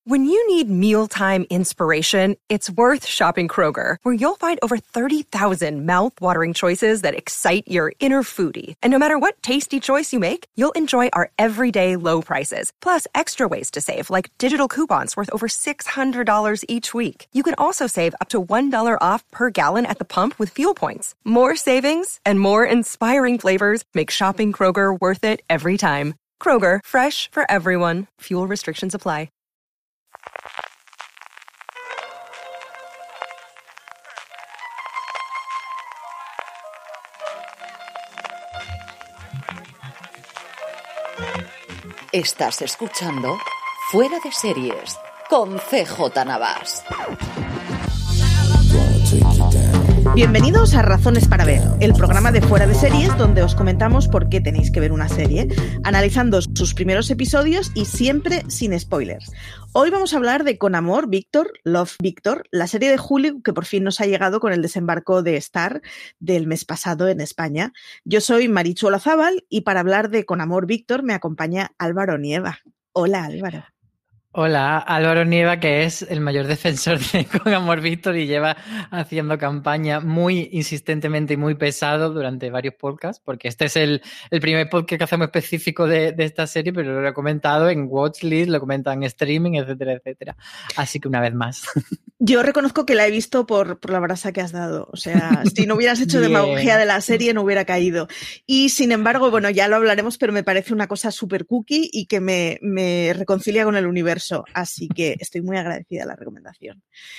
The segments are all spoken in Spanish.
When you need mealtime inspiration, it's worth shopping Kroger, where you'll find over 30,000 mouth-watering choices that excite your inner foodie. And no matter what tasty choice you make, you'll enjoy our everyday low prices, plus extra ways to save, like digital coupons worth over $600 each week. You can also save up to $1 off per gallon at the pump with fuel points. More savings and more inspiring flavors make shopping Kroger worth it every time. Kroger, fresh for everyone. Fuel restrictions apply. Estás escuchando Fuera de Series con CJ Navas. Bienvenidos a Razones para Ver, el programa de Fuera de Series donde os comentamos por qué tenéis que ver una serie, analizando sus primeros episodios y siempre sin spoilers. Hoy vamos a hablar de Con Amor, Víctor, Love, Víctor, la serie de Hulu que por fin nos ha llegado con el desembarco de Star del mes pasado en España. Yo soy Marichu Olazábal y para hablar de Con Amor, Víctor me acompaña Álvaro Nieva. Hola, Álvaro. Hola, Álvaro Nieva, que es el mayor defensor de Con Amor Víctor y lleva haciendo campaña muy insistentemente y muy pesado durante varios podcasts, porque este es el primer podcast que hacemos específico de esta serie, pero lo he comentado en Watchlist, lo comenta en streaming, etcétera, etcétera. Así que una vez más. Yo reconozco que la he visto por la brasa que has dado. O sea, si no hubieras hecho demagogia de la serie no hubiera caído. Y sin embargo, bueno, ya lo hablaremos, pero me parece una cosa súper cookie y que me reconcilia con el universo. Así que estoy muy agradecida de la recomendación.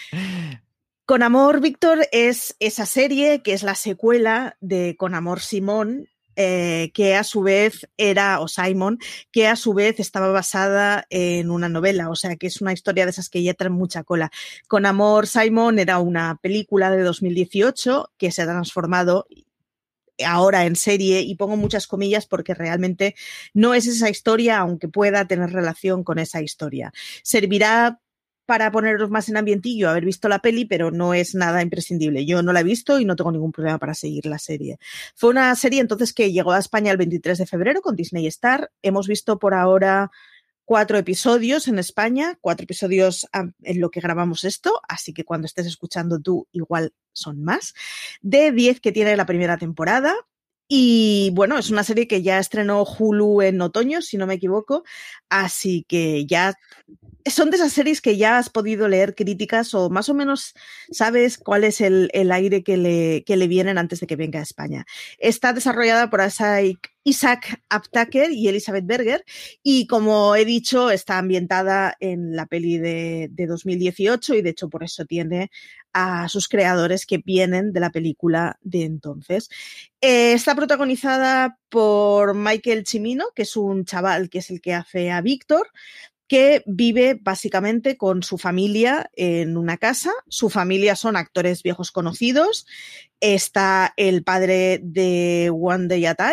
Con Amor, Víctor, es esa serie que es la secuela de Con Amor, Simón, que a su vez era, o Simon, que a su vez estaba basada en una novela, o sea que es una historia de esas que ya traen mucha cola. Con Amor, Simon era una película de 2018 que se ha transformado ahora en serie, y pongo muchas comillas porque realmente no es esa historia, aunque pueda tener relación con esa historia. Servirá para poneros más en ambientillo haber visto la peli, pero no es nada imprescindible. Yo no la he visto y no tengo ningún problema para seguir la serie. Fue una serie entonces que llegó a España el 23 de febrero con Disney Star. Hemos visto por ahora 4 episodios en España, 4 episodios en lo que grabamos esto, así que cuando estés escuchando tú igual son más, de 10 que tiene la primera temporada. Y bueno, es una serie que ya estrenó Hulu en otoño, si no me equivoco, así que ya son de esas series que ya has podido leer críticas o más o menos sabes cuál es el aire que le vienen antes de que venga a España. Está desarrollada por Isaac Aptaker y Elizabeth Berger y, como he dicho, está ambientada en la peli de 2018 y de hecho por eso tiene a sus creadores que vienen de la película de entonces. Está protagonizada por Michael Cimino, que es un chaval que es el que hace a Víctor, que vive básicamente con su familia en una casa. Su familia son actores viejos conocidos. Está el padre de One Day at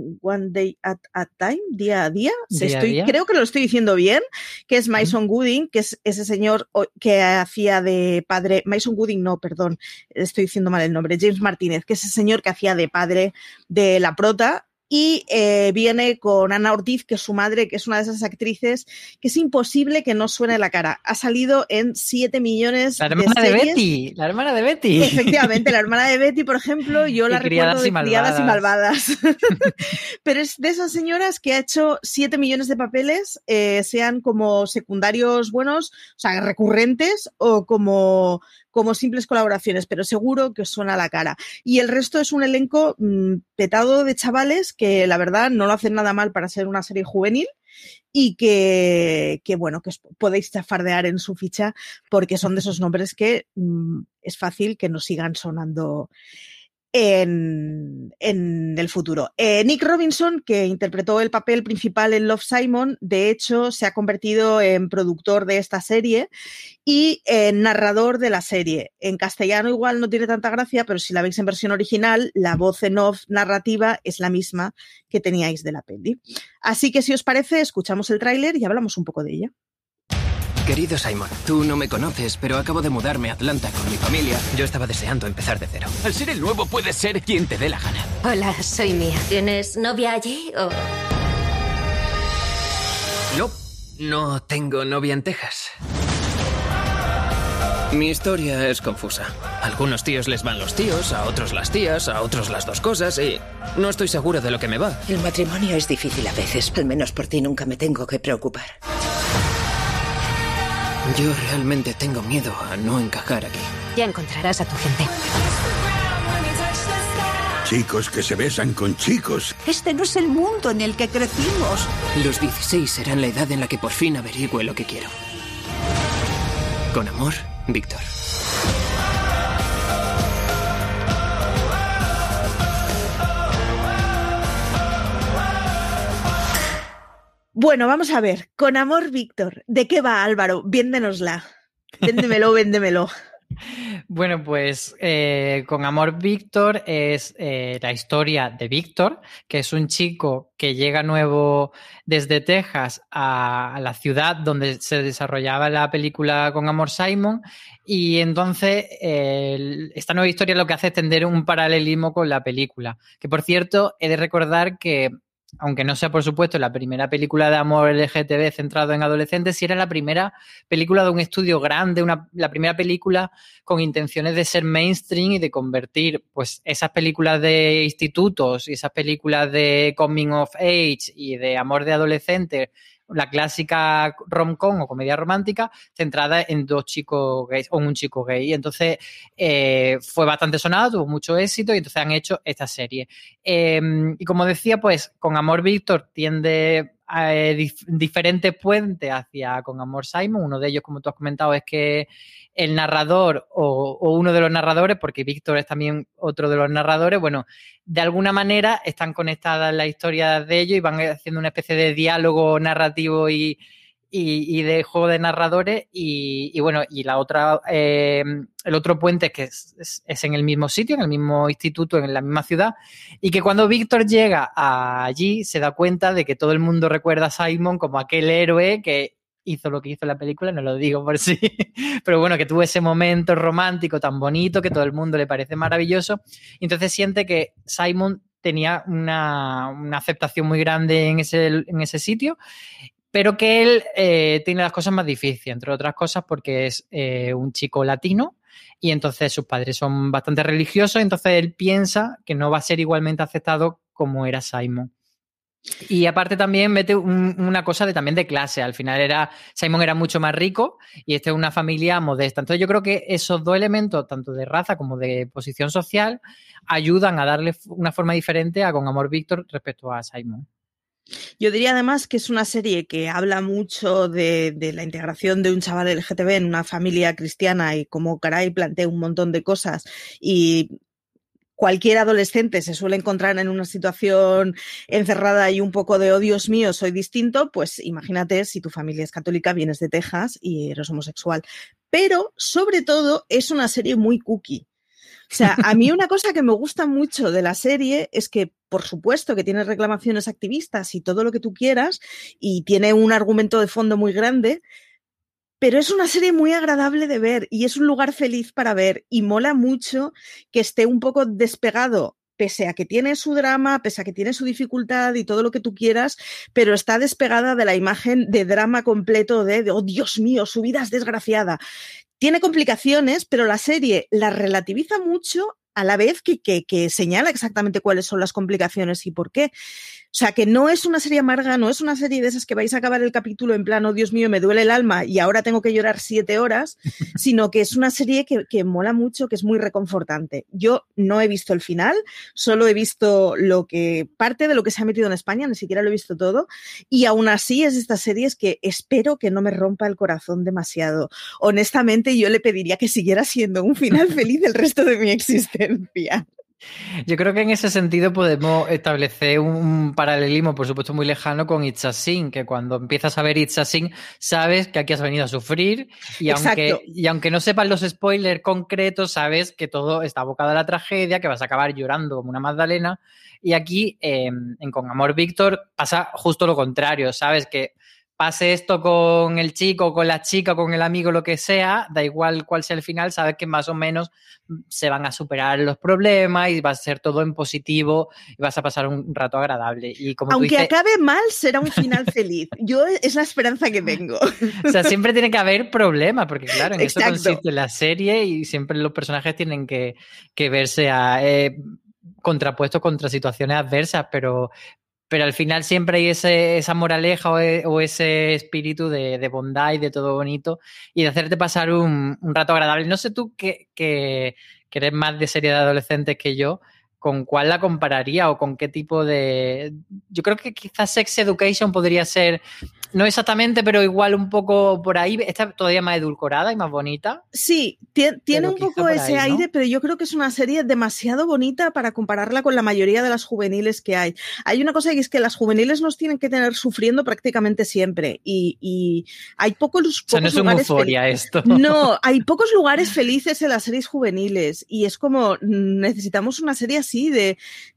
a Time, día a día. Creo que lo estoy diciendo bien, que es Mason Gooding, que es ese señor que hacía de padre. Mason Gooding, no, perdón, estoy diciendo mal el nombre. James Martínez, que es ese señor que hacía de padre de la prota. Y viene con Ana Ortiz, que es su madre, que es una de esas actrices que es imposible que no suene la cara. Ha salido en 7 millones de series. La hermana de Betty. Efectivamente, la hermana de Betty, por ejemplo, yo la recuerdo de Criadas y Malvadas. Pero es de esas señoras que ha hecho 7 millones de papeles, sean como secundarios buenos, o sea, recurrentes, o como simples colaboraciones, pero seguro que os suena la cara. Y el resto es un elenco petado de chavales que la verdad no lo hacen nada mal para ser una serie juvenil y que bueno, que os podéis chafardear en su ficha porque son de esos nombres que es fácil que nos sigan sonando en el futuro. Nick Robinson, que interpretó el papel principal en Love, Simon, de hecho se ha convertido en productor de esta serie y en narrador de la serie. En castellano igual no tiene tanta gracia, pero si la veis en versión original, la voz en off narrativa es la misma que teníais de la peli. Así que si os parece, escuchamos el tráiler y hablamos un poco de ella. Querido Simon, tú no me conoces, pero acabo de mudarme a Atlanta con mi familia. Yo estaba deseando empezar de cero. Al ser el nuevo puedes ser quien te dé la gana. Hola, soy Mia. ¿Tienes novia allí o...? No tengo novia en Texas. Mi historia es confusa. A algunos tíos les van los tíos, a otros las tías, a otros las dos cosas y no estoy seguro de lo que me va. El matrimonio es difícil a veces. Al menos por ti nunca me tengo que preocupar. Yo realmente tengo miedo a no encajar aquí. Ya encontrarás a tu gente. Chicos que se besan con chicos. Este no es el mundo en el que crecimos. Los 16 serán la edad en la que por fin averigüe lo que quiero. Con amor, Víctor. Bueno, vamos a ver. Con amor, Víctor. ¿De qué va, Álvaro? Véndenosla. Véndemelo, véndemelo. Bueno, pues Con amor, Víctor es la historia de Víctor, que es un chico que llega nuevo desde Texas a la ciudad donde se desarrollaba la película Con amor, Simon, y entonces esta nueva historia lo que hace es tender un paralelismo con la película, que por cierto he de recordar que aunque no sea, por supuesto, la primera película de amor LGTB centrado en adolescentes, sí era la primera película de un estudio grande, la primera película con intenciones de ser mainstream y de convertir pues esas películas de institutos y esas películas de coming of age y de amor de adolescentes, la clásica rom-com o comedia romántica centrada en dos chicos gays o un chico gay. Entonces fue bastante sonada, tuvo mucho éxito y entonces han hecho esta serie. Y como decía, pues Con amor, Víctor tiende a diferentes puentes hacia Con amor, Simon. Uno de ellos, como tú has comentado, es que el narrador o uno de los narradores, porque Víctor es también otro de los narradores, bueno, de alguna manera están conectadas las historias de ellos y van haciendo una especie de diálogo narrativo y de juego de narradores y bueno, y la otra el otro puente es que es en el mismo sitio, en el mismo instituto, en la misma ciudad, y que cuando Víctor llega allí se da cuenta de que todo el mundo recuerda a Simon como aquel héroe que hizo lo que hizo en la película, no lo digo por sí, pero bueno, que tuvo ese momento romántico tan bonito que todo el mundo le parece maravilloso, y entonces siente que Simon tenía una aceptación muy grande en ese sitio, pero que él tiene las cosas más difíciles, entre otras cosas porque es un chico latino y entonces sus padres son bastante religiosos, entonces él piensa que no va a ser igualmente aceptado como era Simon. Y aparte también mete una cosa también de clase. Al final Simon era mucho más rico y esta es una familia modesta. Entonces yo creo que esos dos elementos, tanto de raza como de posición social, ayudan a darle una forma diferente a Con amor, Víctor respecto a Simon. Yo diría además que es una serie que habla mucho de la integración de un chaval LGTB en una familia cristiana y como caray plantea un montón de cosas y cualquier adolescente se suele encontrar en una situación encerrada y un poco de, oh Dios mío, soy distinto, pues imagínate si tu familia es católica, vienes de Texas y eres homosexual. Pero, sobre todo, es una serie muy cookie. O sea, a mí una cosa que me gusta mucho de la serie es que, por supuesto, que tiene reclamaciones activistas y todo lo que tú quieras y tiene un argumento de fondo muy grande, pero es una serie muy agradable de ver y es un lugar feliz para ver y mola mucho que esté un poco despegado, pese a que tiene su drama, pese a que tiene su dificultad y todo lo que tú quieras, pero está despegada de la imagen de drama completo de oh Dios mío, su vida es desgraciada. Tiene complicaciones, pero la serie la relativiza mucho a la vez que señala exactamente cuáles son las complicaciones y por qué. O sea, que no es una serie amarga, no es una serie de esas que vais a acabar el capítulo en plan, oh Dios mío, me duele el alma y ahora tengo que llorar 7 horas, sino que es una serie que mola mucho, que es muy reconfortante. Yo no he visto el final, solo he visto parte de lo que se ha metido en España, ni siquiera lo he visto todo, y aún así es de estas series que espero que no me rompa el corazón demasiado. Honestamente, yo le pediría que siguiera siendo un final feliz el resto de mi existencia. Yo creo que en ese sentido podemos establecer un paralelismo, por supuesto muy lejano, con It's a Sin, que cuando empiezas a ver It's a Sin sabes que aquí has venido a sufrir y aunque no sepas los spoilers concretos, sabes que todo está abocado a la tragedia, que vas a acabar llorando como una Magdalena, y aquí en Con amor, Víctor pasa justo lo contrario, sabes que pase esto con el chico, con la chica, con el amigo, lo que sea, da igual cuál sea el final, sabes que más o menos se van a superar los problemas y va a ser todo en positivo y vas a pasar un rato agradable. Y como aunque tú dices, acabe mal, será un final feliz. Yo es la esperanza que tengo. O sea, siempre tiene que haber problemas, porque claro, en Exacto. eso consiste la serie y siempre los personajes tienen que verse contrapuestos contra situaciones adversas, pero al final siempre hay esa moraleja o ese espíritu de bondad y de todo bonito y de hacerte pasar un rato agradable. No sé tú que eres más de serie de adolescentes que yo, ¿con cuál la compararía o con qué tipo de...? Yo creo que quizás Sex Education podría ser, no exactamente, pero igual un poco por ahí. Está todavía más edulcorada y más bonita. Sí, tiene un poco ese ahí, ¿no? aire, pero yo creo que es una serie demasiado bonita para compararla con la mayoría de las juveniles que hay. Hay una cosa que es que las juveniles nos tienen que tener sufriendo prácticamente siempre y hay pocos o sea, no es una euforia esto. No, hay pocos lugares felices en las series juveniles y es como necesitamos una serie así de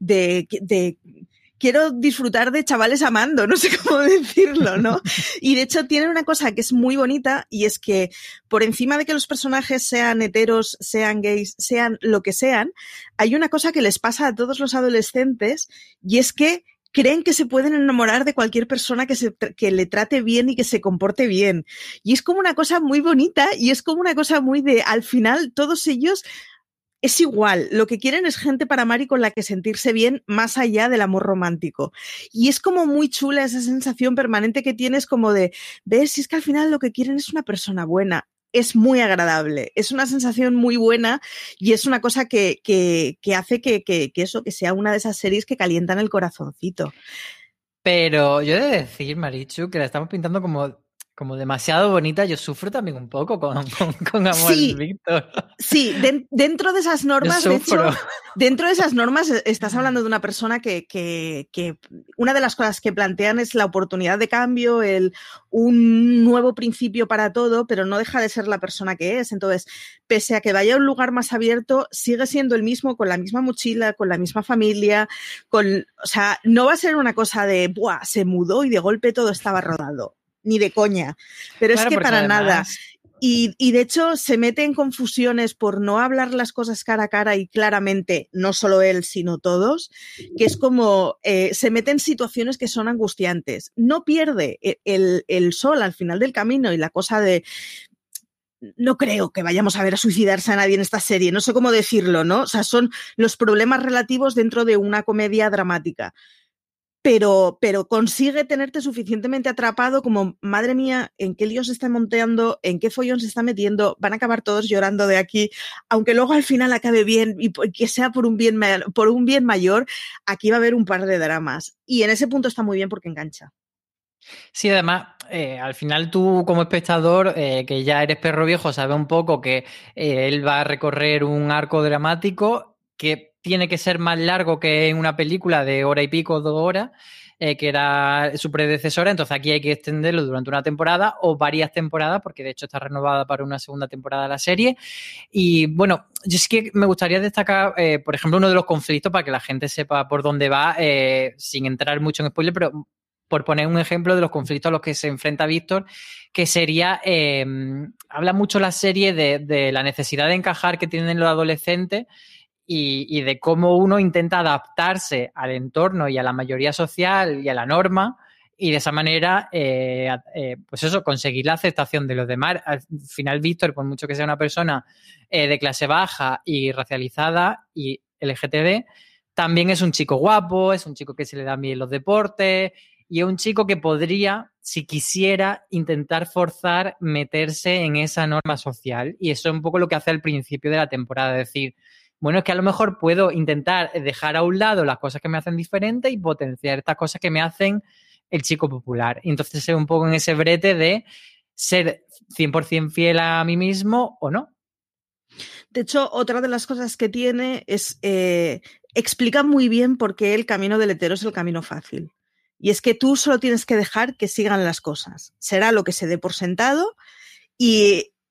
quiero disfrutar de chavales amando, no sé cómo decirlo, ¿no? Y de hecho tienen una cosa que es muy bonita y es que por encima de que los personajes sean heteros, sean gays, sean lo que sean, hay una cosa que les pasa a todos los adolescentes y es que creen que se pueden enamorar de cualquier persona que le trate bien y que se comporte bien. Y es como una cosa muy bonita y es como una cosa muy de, al final, todos ellos... Es igual, lo que quieren es gente para amar y con la que sentirse bien más allá del amor romántico. Y es como muy chula esa sensación permanente que tienes como de, ves, si es que al final lo que quieren es una persona buena. Es muy agradable, es una sensación muy buena y es una cosa que hace que sea una de esas series que calientan el corazoncito. Pero yo he de decir, Marichu, que la estamos pintando como demasiado bonita. Yo sufro también un poco con Amor Víctor. Sí, dentro de esas normas, de hecho, dentro de esas normas estás hablando de una persona que una de las cosas que plantean es la oportunidad de cambio, un nuevo principio para todo, pero no deja de ser la persona que es. Entonces, pese a que vaya a un lugar más abierto, sigue siendo el mismo, con la misma mochila, con la misma familia, o sea, no va a ser una cosa de, ¡buah!, se mudó y de golpe todo estaba rodado. Ni de coña, pero claro, es que para además... nada. Y de hecho se mete en confusiones por no hablar las cosas cara a cara y claramente, no solo él, sino todos, que es como se mete en situaciones que son angustiantes. No pierde el sol al final del camino y la cosa de... No creo que vayamos a ver a suicidarse a nadie en esta serie, no sé cómo decirlo, ¿no? O sea, son los problemas relativos dentro de una comedia dramática. Pero consigue tenerte suficientemente atrapado como, madre mía, ¿en qué lío se está monteando? ¿En qué follón se está metiendo? Van a acabar todos llorando de aquí, aunque luego al final acabe bien y que sea por un bien mayor, aquí va a haber un par de dramas. Y en ese punto está muy bien porque engancha. Sí, además, al final tú como espectador, que ya eres perro viejo, sabes un poco que él va a recorrer un arco dramático que tiene que ser más largo que en una película de hora y pico, 2 horas, que era su predecesora. Entonces aquí hay que extenderlo durante una temporada o varias temporadas, porque de hecho está renovada para una segunda temporada la serie. Y bueno, yo sí que me gustaría destacar, por ejemplo, uno de los conflictos para que la gente sepa por dónde va, sin entrar mucho en spoiler, pero por poner un ejemplo de los conflictos a los que se enfrenta Víctor, que sería, habla mucho la serie de la necesidad de encajar que tienen los adolescentes y de cómo uno intenta adaptarse al entorno y a la mayoría social y a la norma y de esa manera, pues eso, conseguir la aceptación de los demás. Al final, Víctor, por mucho que sea una persona de clase baja y racializada y LGTB, también es un chico guapo, es un chico que se le dan bien los deportes y es un chico que podría, si quisiera, intentar forzar meterse en esa norma social. Y eso es un poco lo que hace al principio de la temporada, decir, bueno, es que a lo mejor puedo intentar dejar a un lado las cosas que me hacen diferente y potenciar estas cosas que me hacen el chico popular. Y entonces es un poco en ese brete de ser 100% fiel a mí mismo o no. De hecho, otra de las cosas que tiene es explica muy bien por qué el camino del hetero es el camino fácil. Y es que tú solo tienes que dejar que sigan las cosas. Será lo que se dé por sentado y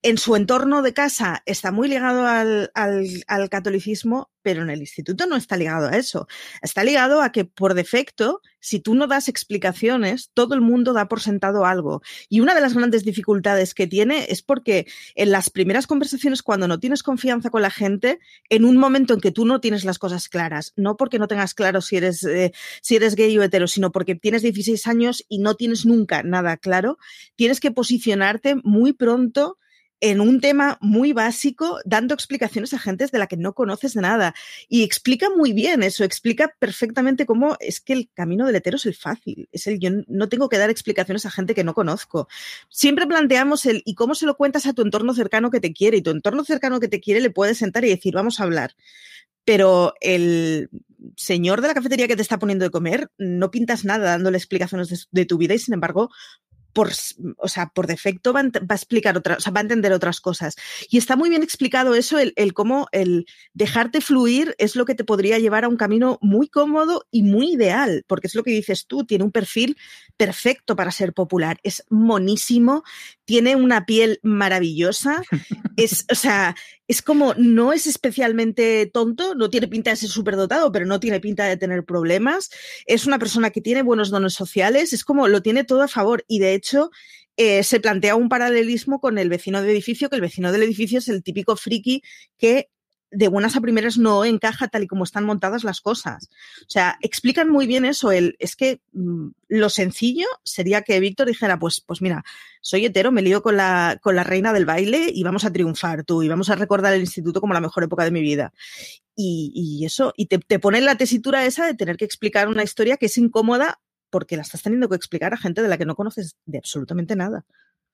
en su entorno de casa está muy ligado al catolicismo, pero en el instituto no está ligado a eso. Está ligado a que, por defecto, si tú no das explicaciones, todo el mundo da por sentado algo. Y una de las grandes dificultades que tiene es porque en las primeras conversaciones, cuando no tienes confianza con la gente, en un momento en que tú no tienes las cosas claras, no porque no tengas claro si eres gay o hetero, sino porque tienes 16 años y no tienes nunca nada claro, tienes que posicionarte muy pronto en un tema muy básico, dando explicaciones a gente de la que no conoces de nada. Y explica muy bien eso, explica perfectamente cómo es que el camino del hetero es el fácil. Yo no tengo que dar explicaciones a gente que no conozco. Siempre planteamos ¿y cómo se lo cuentas a tu entorno cercano que te quiere? Y tu entorno cercano que te quiere le puedes sentar y decir, vamos a hablar. Pero el señor de la cafetería que te está poniendo de comer, no pintas nada dándole explicaciones de tu vida y, sin embargo, por defecto va a explicar va a entender otras cosas. Y está muy bien explicado eso, el cómo el dejarte fluir es lo que te podría llevar a un camino muy cómodo y muy ideal, porque es lo que dices tú, tiene un perfil perfecto para ser popular, es monísimo, tiene una piel maravillosa, es como, no es especialmente tonto, no tiene pinta de ser superdotado, pero no tiene pinta de tener problemas, es una persona que tiene buenos dones sociales, es como, lo tiene todo a favor, y de hecho se plantea un paralelismo con el vecino de edificio, que el vecino del edificio es el típico friki que de buenas a primeras no encaja tal y como están montadas las cosas. O sea, explican muy bien eso. Es que lo sencillo sería que Víctor dijera, pues mira, soy hetero, me lío con la reina del baile y vamos a triunfar tú y vamos a recordar el instituto como la mejor época de mi vida. Y eso, y te pone en la tesitura esa de tener que explicar una historia que es incómoda porque la estás teniendo que explicar a gente de la que no conoces de absolutamente nada.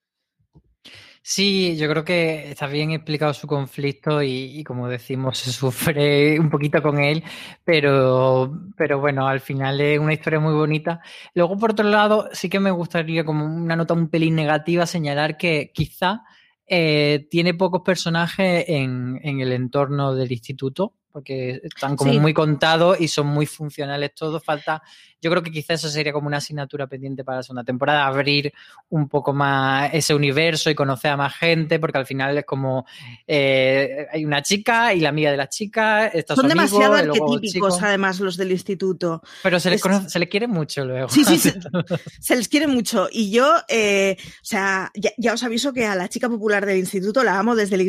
Sí, yo creo que está bien explicado su conflicto y como decimos, se sufre un poquito con él, pero bueno, al final es una historia muy bonita. Luego, por otro lado, sí que me gustaría, como una nota un pelín negativa, señalar que quizá tiene pocos personajes en el entorno del instituto, porque están como muy contados y son muy funcionales todos. Falta, yo creo que quizás eso sería como una asignatura pendiente para la segunda temporada, abrir un poco más ese universo y conocer a más gente, porque al final es como hay una chica y la amiga de la chica, son demasiado arquetípicos además los del instituto. Pero se les quiere mucho luego. Sí, se les quiere mucho. Y yo, ya os aviso que a la chica popular del instituto la amo desde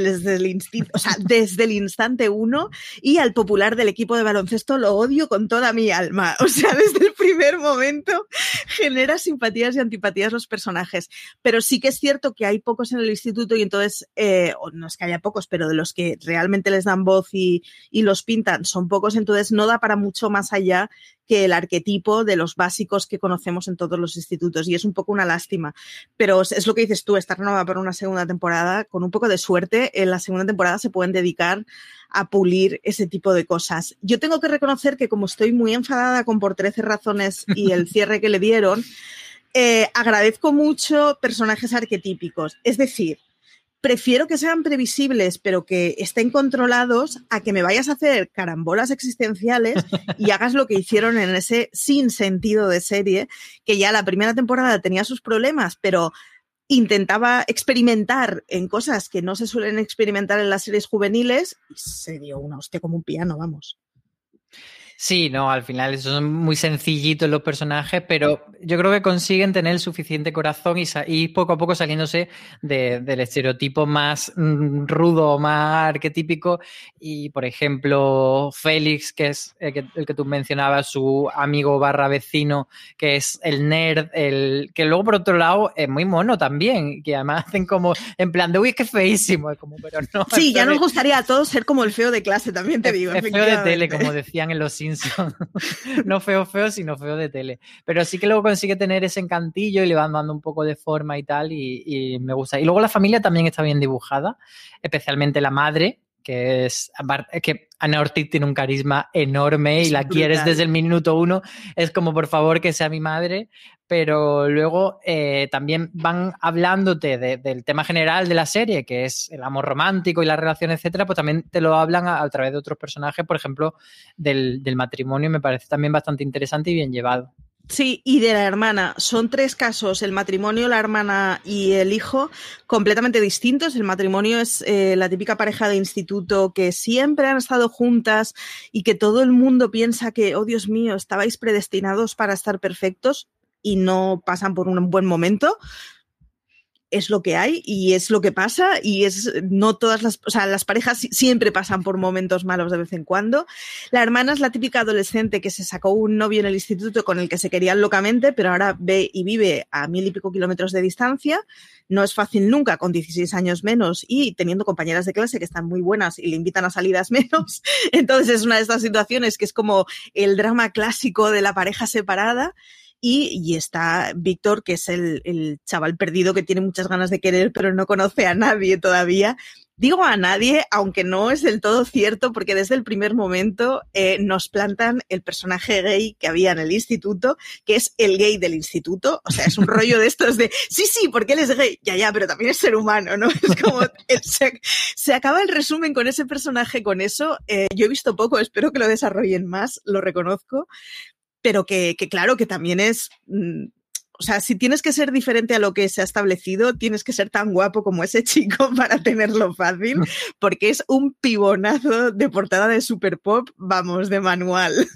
el instante uno, y al popular del equipo de baloncesto lo odio con toda mi alma. O sea, desde el primer momento genera simpatías y antipatías los personajes. Pero sí que es cierto que hay pocos en el instituto y entonces, no es que haya pocos, pero de los que realmente les dan voz y los pintan son pocos, entonces no da para mucho más allá que el arquetipo de los básicos que conocemos en todos los institutos, y es un poco una lástima. Pero es lo que dices tú, está renovada para una segunda temporada. Con un poco de suerte, en la segunda temporada se pueden dedicar a pulir ese tipo de cosas. Yo tengo que reconocer que, como estoy muy enfadada con Por 13 razones y el cierre que le dieron, agradezco mucho personajes arquetípicos. Es decir, prefiero que sean previsibles, pero que estén controlados, a que me vayas a hacer carambolas existenciales y hagas lo que hicieron en ese sinsentido de serie, que ya la primera temporada tenía sus problemas, pero intentaba experimentar en cosas que no se suelen experimentar en las series juveniles, y se dio una hostia como un piano, vamos. Sí, no, al final son muy sencillitos los personajes, pero yo creo que consiguen tener el suficiente corazón y poco a poco saliéndose del estereotipo más rudo, más arquetípico. Y, por ejemplo, Félix, que es el que tú mencionabas, su amigo / vecino, que es el nerd, que luego, por otro lado, es muy mono también, que además hacen como, en plan de, uy, es que feísimo, es como, pero no. Sí, ya nos gustaría a todos ser como el feo de clase, también te digo. Es feo de tele, como decían en Los Simpsons. No feo, sino feo de tele. Pero sí que luego consigue tener ese encantillo y le van dando un poco de forma y tal, y me gusta. Y luego la familia también está bien dibujada, especialmente la madre, es que Ana Ortiz tiene un carisma enorme y la brutal. Quieres desde el minuto uno. Es como, por favor, que sea mi madre. Pero luego también van hablándote del tema general de la serie, que es el amor romántico y la relación, etcétera, pues también te lo hablan a través de otros personajes, por ejemplo, del matrimonio. Me parece también bastante interesante y bien llevado. Sí, y de la hermana. Son 3 casos, el matrimonio, la hermana y el hijo, completamente distintos. El matrimonio es la típica pareja de instituto que siempre han estado juntas y que todo el mundo piensa que, oh Dios mío, estabais predestinados para estar perfectos y no pasan por un buen momento. Es lo que hay y es lo que pasa y no todas las parejas siempre pasan por momentos malos de vez en cuando. La hermana es la típica adolescente que se sacó un novio en el instituto con el que se querían locamente, pero ahora ve y vive a 1000 y pico kilómetros de distancia. No es fácil nunca con 16 años menos y teniendo compañeras de clase que están muy buenas y le invitan a salidas menos. Entonces es una de estas situaciones que es como el drama clásico de la pareja separada. Y está Víctor, que es el chaval perdido que tiene muchas ganas de querer, pero no conoce a nadie todavía. Digo a nadie, aunque no es del todo cierto, porque desde el primer momento nos plantan el personaje gay que había en el instituto, que es el gay del instituto. O sea, es un rollo de estos de, sí, porque él es gay, ya, pero también es ser humano, ¿no? Es como, se acaba el resumen con ese personaje, con eso. Yo he visto poco, espero que lo desarrollen más, lo reconozco. Pero que claro, que también es... O sea, si tienes que ser diferente a lo que se ha establecido, tienes que ser tan guapo como ese chico para tenerlo fácil, porque es un pibonazo de portada de Super Pop, vamos, de manual.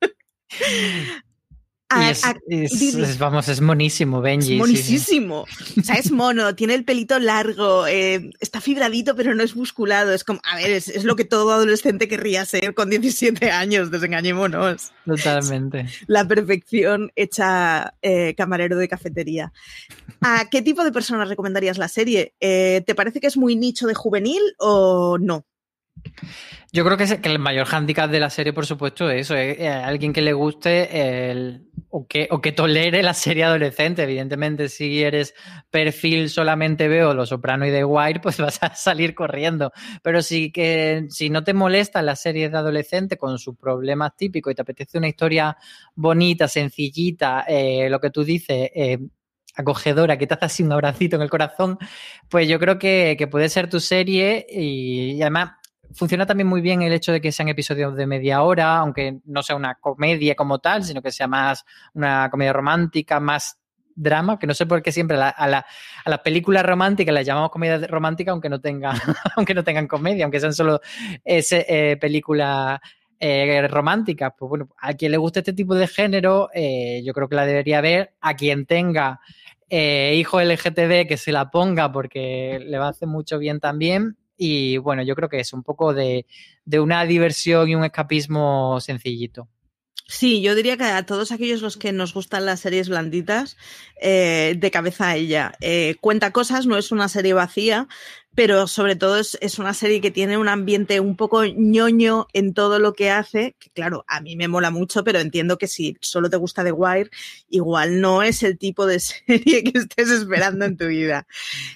Es monísimo, Benji. Es monísimo. Sí. O sea, es mono, tiene el pelito largo, está fibradito, pero no es musculado. Es como, a ver, es lo que todo adolescente querría ser con 17 años, desengañémonos. Totalmente. La perfección hecha camarero de cafetería. ¿A qué tipo de personas recomendarías la serie? ¿Te parece que es muy nicho de juvenil o no? Yo creo que el mayor hándicap de la serie, por supuesto, es eso, es alguien que le guste o que tolere la serie adolescente. Evidentemente, si eres perfil solamente veo Los Soprano y The Wire, pues vas a salir corriendo. Pero si no te molestan las series de adolescente con sus problemas típicos y te apetece una historia bonita, sencillita, lo que tú dices, acogedora, que te hace así un abracito en el corazón, pues yo creo que puede ser tu serie y además... Funciona también muy bien el hecho de que sean episodios de media hora, aunque no sea una comedia como tal, sino que sea más una comedia romántica, más drama, que no sé por qué siempre a las películas románticas las llamamos comedia romántica, aunque no tengan comedia, aunque sean solo películas románticas. Pues bueno, a quien le guste este tipo de género, yo creo que la debería ver. A quien tenga hijo LGTB, que se la ponga porque le va a hacer mucho bien también. Y bueno, yo creo que es un poco de una diversión y un escapismo sencillito. Sí, yo diría que a todos aquellos los que nos gustan las series blanditas, de cabeza a ella. Cuenta cosas, no es una serie vacía, pero sobre todo es una serie que tiene un ambiente un poco ñoño en todo lo que hace, que claro, a mí me mola mucho, pero entiendo que si solo te gusta The Wire, igual no es el tipo de serie que estés esperando en tu vida.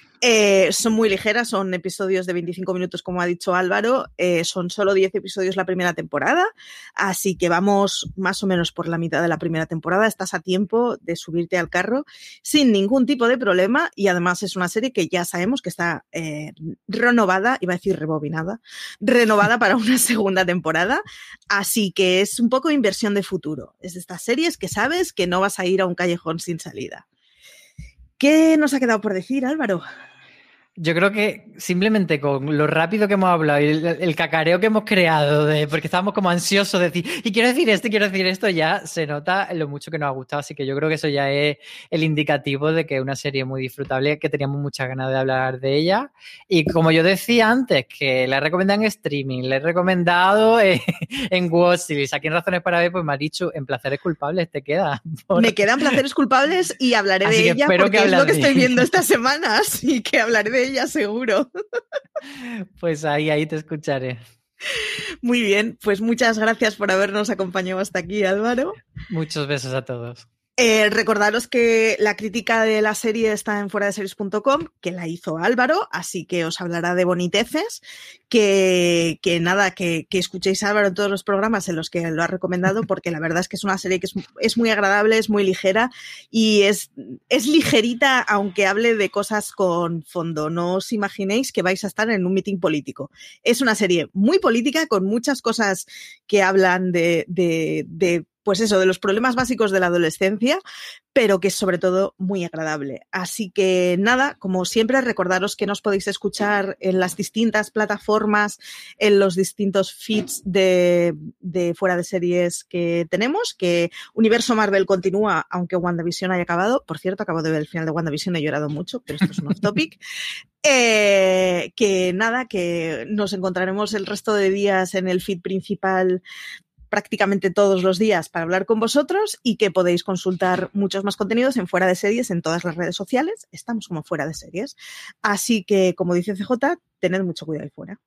Son muy ligeras, son episodios de 25 minutos, como ha dicho Álvaro, son solo 10 episodios la primera temporada, así que vamos más o menos por la mitad de la primera temporada, estás a tiempo de subirte al carro sin ningún tipo de problema y además es una serie que ya sabemos que está renovada, iba a decir renovada para una segunda temporada, así que es un poco inversión de futuro, es de estas series que sabes que no vas a ir a un callejón sin salida. ¿Qué nos ha quedado por decir, Álvaro? Yo creo que simplemente con lo rápido que hemos hablado y el cacareo que hemos creado, porque estábamos como ansiosos de decir, y quiero decir esto, ya se nota lo mucho que nos ha gustado. Así que yo creo que eso ya es el indicativo de que es una serie muy disfrutable, que teníamos muchas ganas de hablar de ella. Y como yo decía antes, que la he recomendado en streaming, la he recomendado en Watchlis, aquí en Razones para Ver, pues me ha dicho, en Placeres Culpables te queda. Me quedan Placeres Culpables y hablaré de ella porque es lo que estoy viendo estas semanas y que hablaré de ella seguro. Pues ahí te escucharé. Muy bien, pues muchas gracias por habernos acompañado hasta aquí, Álvaro. Muchos besos a todos. Recordaros que la crítica de la serie está en fueradeseries.com, que la hizo Álvaro, así que os hablará de boniteces, que escuchéis a Álvaro en todos los programas en los que lo ha recomendado, porque la verdad es que es una serie que es muy agradable, es muy ligera y es ligerita, aunque hable de cosas con fondo. No os imaginéis que vais a estar en un mitin político. Es una serie muy política, con muchas cosas que hablan de pues eso, de los problemas básicos de la adolescencia, pero que es sobre todo muy agradable. Así que nada, como siempre, recordaros que nos podéis escuchar en las distintas plataformas, en los distintos feeds de Fuera de Series que tenemos, que Universo Marvel continúa, aunque WandaVision haya acabado. Por cierto, acabo de ver el final de WandaVision, he llorado mucho, pero esto es un off topic. Que nada, que nos encontraremos el resto de días en el feed principal prácticamente todos los días para hablar con vosotros y que podéis consultar muchos más contenidos en Fuera de Series en todas las redes sociales. Estamos como Fuera de Series. Así que, como dice CJ, tened mucho cuidado ahí fuera.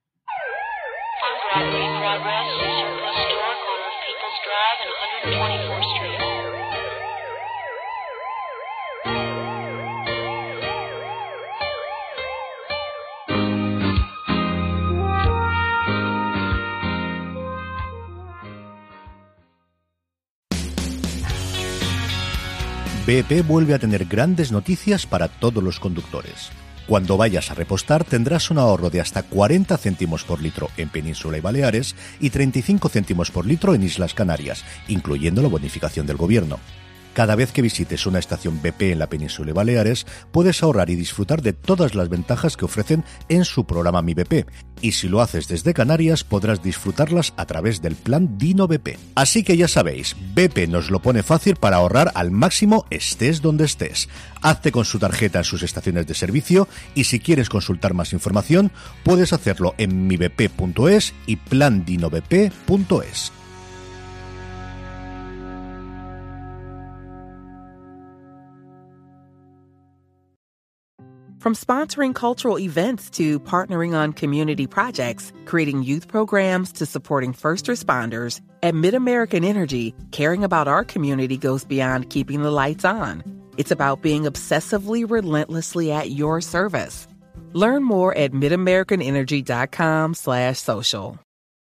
BP vuelve a tener grandes noticias para todos los conductores. Cuando vayas a repostar tendrás un ahorro de hasta 40 céntimos por litro en Península y Baleares y 35 céntimos por litro en Islas Canarias, incluyendo la bonificación del gobierno. Cada vez que visites una estación BP en la Península y Baleares, puedes ahorrar y disfrutar de todas las ventajas que ofrecen en su programa Mi BP. Y si lo haces desde Canarias, podrás disfrutarlas a través del plan Dino BP. Así que ya sabéis, BP nos lo pone fácil para ahorrar al máximo estés donde estés. Hazte con su tarjeta en sus estaciones de servicio y si quieres consultar más información, puedes hacerlo en mibp.es y plandinobp.es. From sponsoring cultural events to partnering on community projects, creating youth programs to supporting first responders, at MidAmerican Energy, caring about our community goes beyond keeping the lights on. It's about being obsessively relentlessly at your service. Learn more at midamericanenergy.com/social.